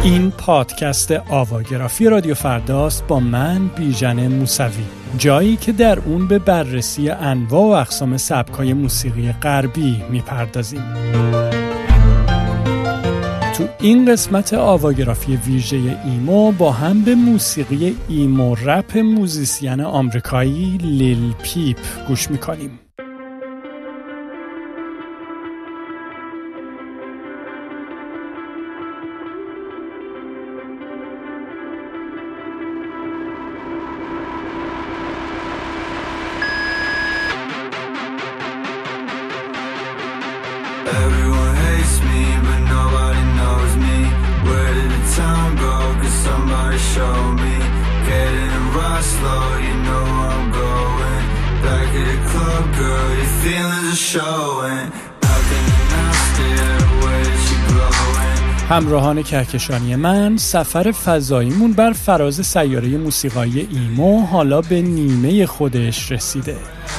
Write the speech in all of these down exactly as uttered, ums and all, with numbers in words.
این پادکست آواگرافی رادیو فرداست با من بیژن موسوی، جایی که در اون به بررسی انواع و اقسام سبک‌های موسیقی غربی میپردازیم. تو این قسمت آواگرافی ویژه ایمو با هم به موسیقی ایمو رپ موزیسین آمریکایی لیل پیپ گوش میکنیم. همراهان کهکشانی من، سفر فضاییمون بر فراز سیاره موسیقایی ایمو حالا به نیمه خودش رسیده.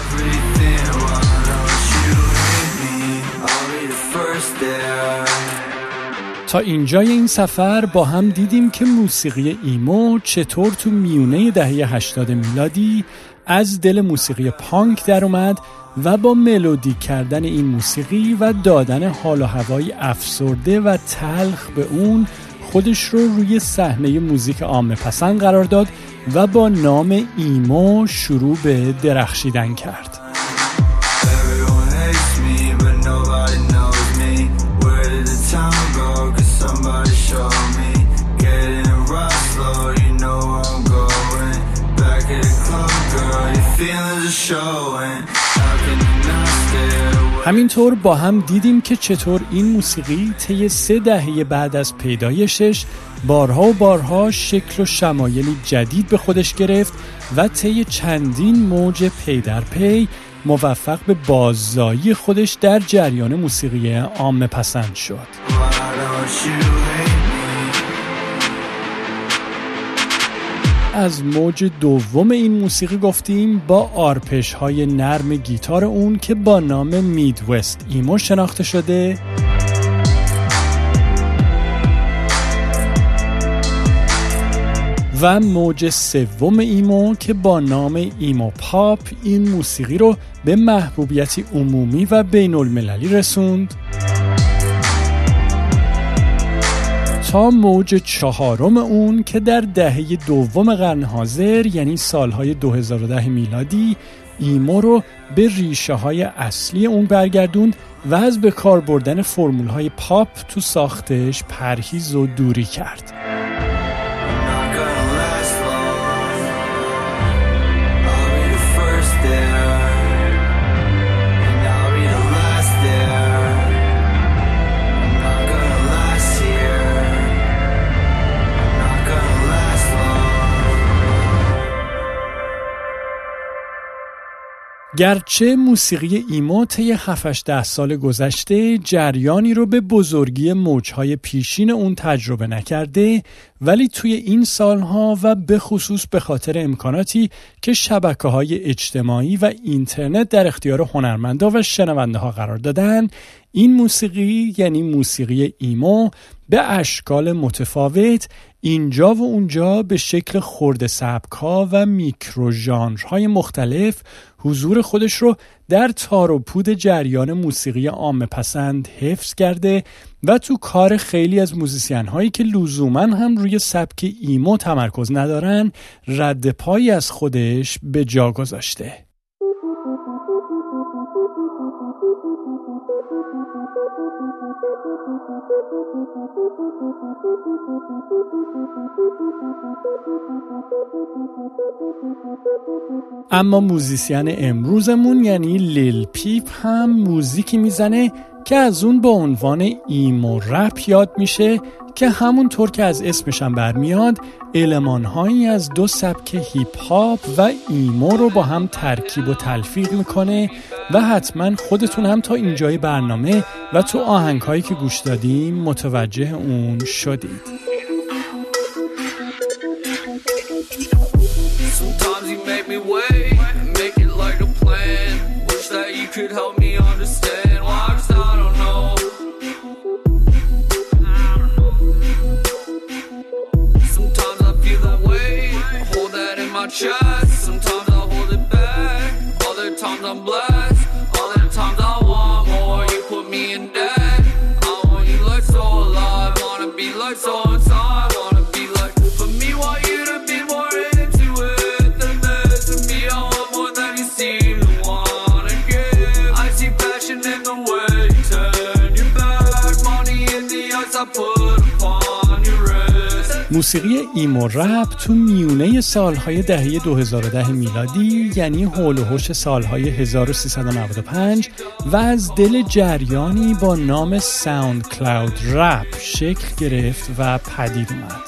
تا اینجای این سفر با هم دیدیم که موسیقی ایمو چطور تو میونه دهه هشتاد میلادی از دل موسیقی پانک در اومد و با ملودی کردن این موسیقی و دادن حال و هوای افسرده و تلخ به اون خودش رو روی صحنه موزیک عامه پسند قرار داد و با نام ایمو شروع به درخشیدن کرد. همینطور با هم دیدیم که چطور این موسیقی طی سه دهه بعد از پیدایشش بارها و بارها شکل و شمایلی جدید به خودش گرفت و طی چندین موج پی در پی موفق به باززایی خودش در جریان موسیقی عامه پسند شد. از موج دوم این موسیقی گفتیم با آرپش های نرم گیتار اون که با نام میدوست ایمو شناخته شده و موج سوم ایمو که با نام ایمو پاپ این موسیقی رو به محبوبیتی عمومی و بین المللی رسوند، تا موج چهارم اون که در دهه دوم قرن حاضر یعنی سالهای دو هزار و ده میلادی ایمو رو به ریشه های اصلی اون برگردوند و از به کار بردن فرمول های پاپ تو ساختش پرهیز و دوری کرد. گرچه موسیقی ایمو طی هفت هشت ده سال گذشته جریانی رو به بزرگی موجهای پیشین اون تجربه نکرده، ولی توی این سالها و به خصوص به خاطر امکاناتی که شبکه‌های اجتماعی و اینترنت در اختیار هنرمندا و شنونده ها قرار دادن، این موسیقی یعنی موسیقی ایمو به اشکال متفاوت اینجا و اونجا به شکل خرد سبک‌ها و میکرو ژانرهای مختلف حضور خودش رو در تار و پود جریان موسیقی عامه پسند حفظ کرده و تو کار خیلی از موزیسین هایی که لزوماً هم روی سبک ایمو تمرکز ندارن رد پایی از خودش به جا گذاشته. اما موزیسین امروزمون یعنی لیل پیپ هم موزیکی میزنه که از اون با عنوان ایمو رپ یاد میشه که همونطور که از اسمش هم برمیاد المان‌هایی از دو سبک هیپ هاپ و ایمو رو با هم ترکیب و تلفیق میکنه و حتما خودتون هم تا اینجای برنامه و تو آهنگ‌هایی که گوش دادیم متوجه اون شدید. Sometimes you make me wait and make it like a plan. Wish that you could help me understand why, 'cause I don't know. chest. Sometimes I hold it back, other times I'm blessed. Other times I want more, you put me in debt. I want you like so alive, wanna be like so inside. Wanna be like, for me, want you to be more into it than this. And me, I want more than you seem to wanna give. I see passion in the way you turn your back. Money in the eyes I put upon your wrist. موسیقی ایمو رپ تو میونه سالهای دهه دو هزار و ده میلادی، یعنی حول و حوش سالهای هزار و سیصد و نود و پنج، و از دل جریانی با نام ساوند کلاود رپ شکل گرفت و پدید اومد.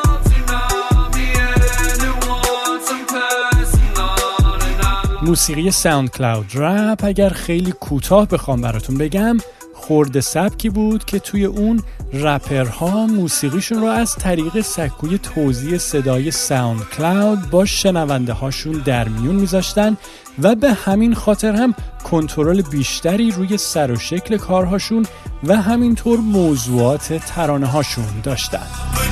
موسیقی ساوند کلاود رپ اگر خیلی کوتاه بخوام براتون بگم، خورده سبکی بود که توی اون رپرها موسیقیشون رو از طریق سکوی توزیع صدای ساوند کلاود با شنونده هاشون در میون میذاشتن و به همین خاطر هم کنترل بیشتری روی سر و شکل کارهاشون و همینطور موضوعات ترانه هاشون داشتن.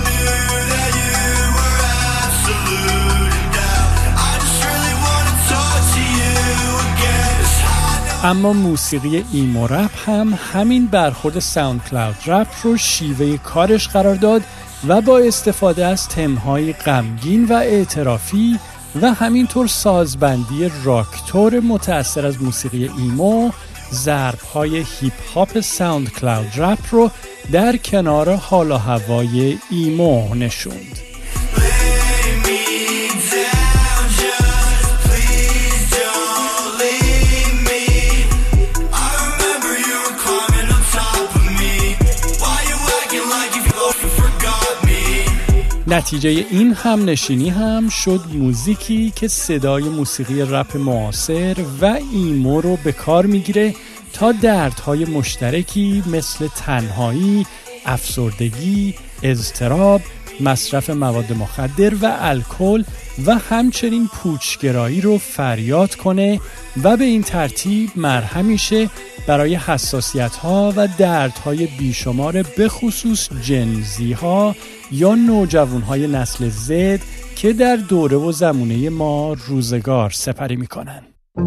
اما موسیقی ایمو رپ هم همین برخورد ساوند کلاود رپ رو شیوه کارش قرار داد و با استفاده از تمهای غمگین و اعترافی و همینطور سازبندی راکتور متأثر از موسیقی ایمو، ضرب‌های هیپ هاپ ساوند کلاود رپ رو در کنار حال و هوای ایمو نشوند. نتیجه این هم نشینی هم شد موزیکی که صدای موسیقی رپ معاصر و ایمو رو به کار میگیره تا دردهای مشترکی مثل تنهایی، افسردگی، اضطراب، مصرف مواد مخدر و الکل و همچنین پوچگرایی رو فریاد کنه و به این ترتیب مرهمی شه برای حساسیت‌ها و دردهای بیشمار به خصوص جنزی‌ها یا نوجوان‌های نسل زد که در دوره و زمونه ما روزگار سپری می‌کنن.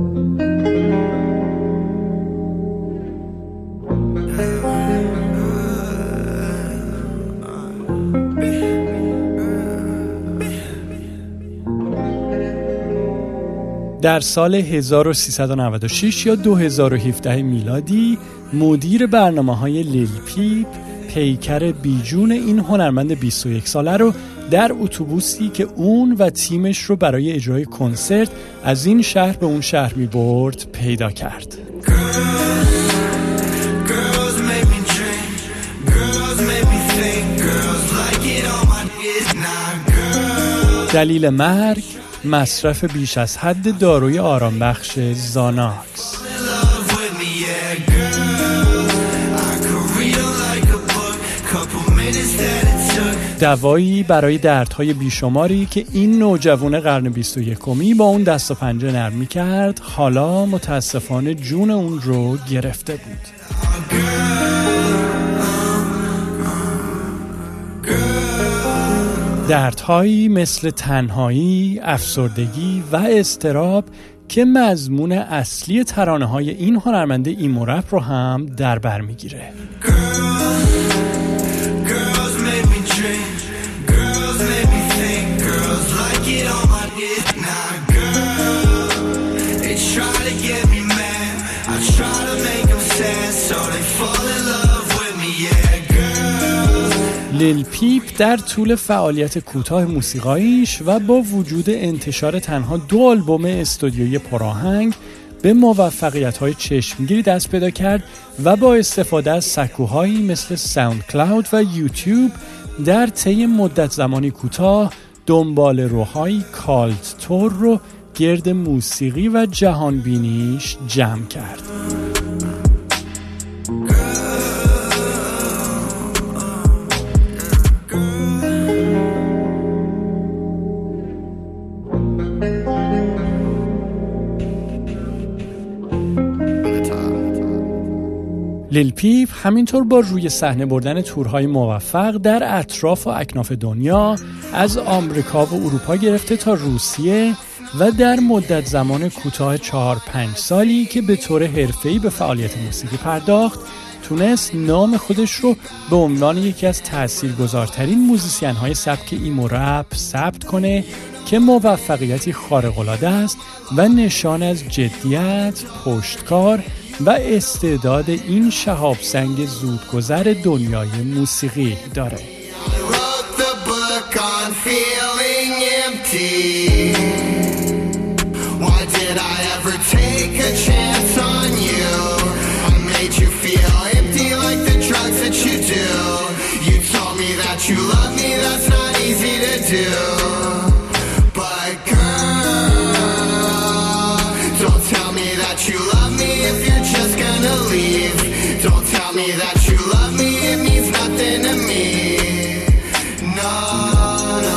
در سال هزار و سیصد و نود و شش یا دو هزار و هفده میلادی مدیر برنامه‌های لیل پیپ پیکر بیجون این هنرمند بیست و یک ساله رو در اتوبوسی که اون و تیمش رو برای اجرای کنسرت از این شهر به اون شهر می برد پیدا کرد. دلیل مرگ مصرف بیش از حد داروی آرامبخش زاناکس. دوایی برای دردهای بیشماری که این نوجوان قرن بیست و یکمی با اون دست و پنجه نرم می‌کرد، حالا متاسفانه جون اون رو گرفته بود. دردهایی مثل تنهایی، افسردگی و اضطراب که مضمون اصلی ترانه‌های این هنرمند ایمو رپ رو هم در بر می‌گیره. لیل پیپ در طول فعالیت کوتاه موسیقاییش و با وجود انتشار تنها دو آلبوم استودیویی پرآهنگ به موفقیت‌های چشمگیری دست پیدا کرد و با استفاده از سکوهایی مثل ساوند کلاود و یوتیوب در طی مدت زمانی کوتاه دنبال روهای کالت تور رو گرد موسیقی و جهانبینیش جمع کرد. لیل پیپ همینطور با روی صحنه بردن تورهای موفق در اطراف و اکناف دنیا از آمریکا و اروپا گرفته تا روسیه و در مدت زمان کوتاه چهار پنج سالی که به طور حرفه‌ای به فعالیت موسیقی پرداخت، تونست نام خودش رو به عنوان یکی از تاثیرگذارترین موزیسین‌های سبک ایمو رپ ثبت کنه که موفقیتی خارق‌العاده است و نشان از جدیت، پشتکار و استعداد این شهاب سنگ زودگذر دنیای موسیقی داره. You love me, that's not easy to do. But girl, don't tell me that you love me if you're just gonna leave. Don't tell me that you love me, it means nothing to me. No, no.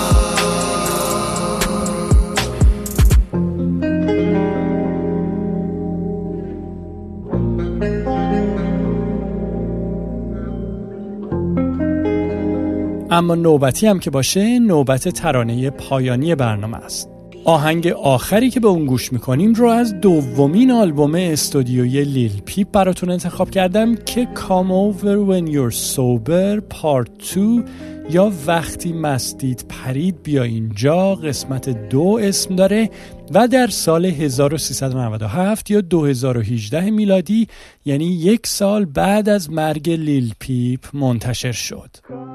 اما نوبتی هم که باشه، نوبت ترانه پایانی برنامه است. آهنگ آخری که به اون گوش میکنیم رو از دومین آلبوم استودیویی لیل پیپ براتون انتخاب کردم که Come Over When You're Sober Part دو یا وقتی مستید پرید بیا اینجا قسمت دو اسم داره و در سال هزار و سیصد و نود و هفت یا دو هزار و هجده میلادی، یعنی یک سال بعد از مرگ لیل پیپ منتشر شد.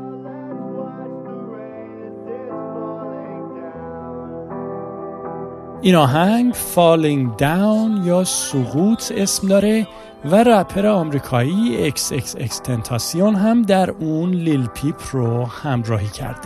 این آهنگ Falling Down یا سقوط اسم داره و رپر آمریکایی ایکس ایکس ایکس تنتاسیون هم در اون لیل پیپ رو همراهی کرده.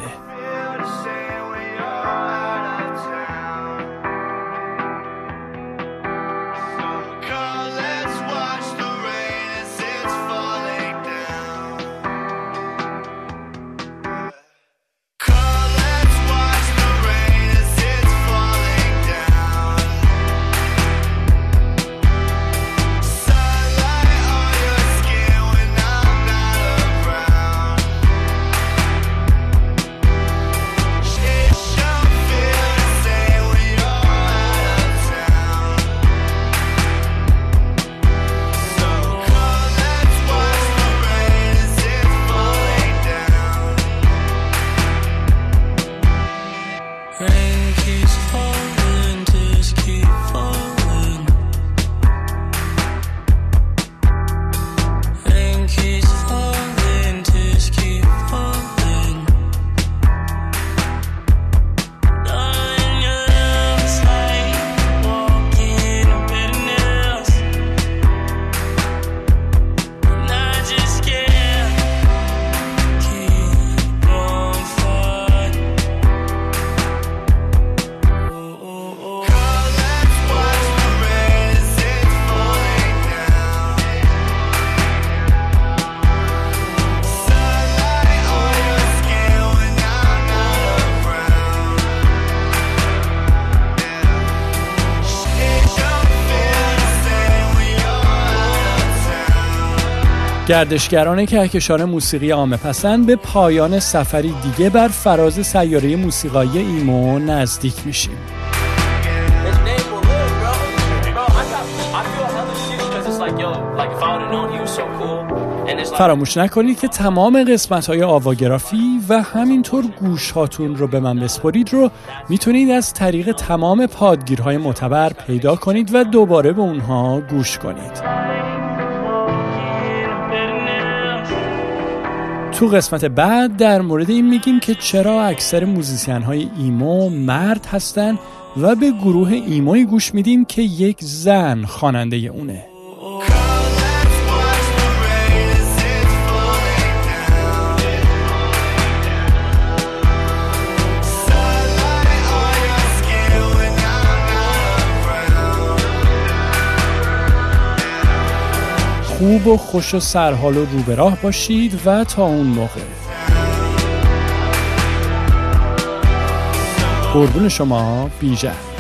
گردشگران کهکشان موسیقی عامه پسند به پایان سفری دیگه بر فراز سیاره موسیقایی ایمو نزدیک میشیم. فراموش نکنید که تمام قسمت‌های آواگرافی و همینطور گوش هاتون رو به من بسپارید رو میتونید از طریق تمام پادگیرهای معتبر پیدا کنید و دوباره به اونها گوش کنید. تو قسمت بعد در مورد این میگیم که چرا اکثر موزیسین‌های ایمو مرد هستن و به گروه ایموی گوش میدیم که یک زن خواننده اونه. خوب و خوش و سرحال و رو به راه باشید و تا اون موقع قربون شما بیژن.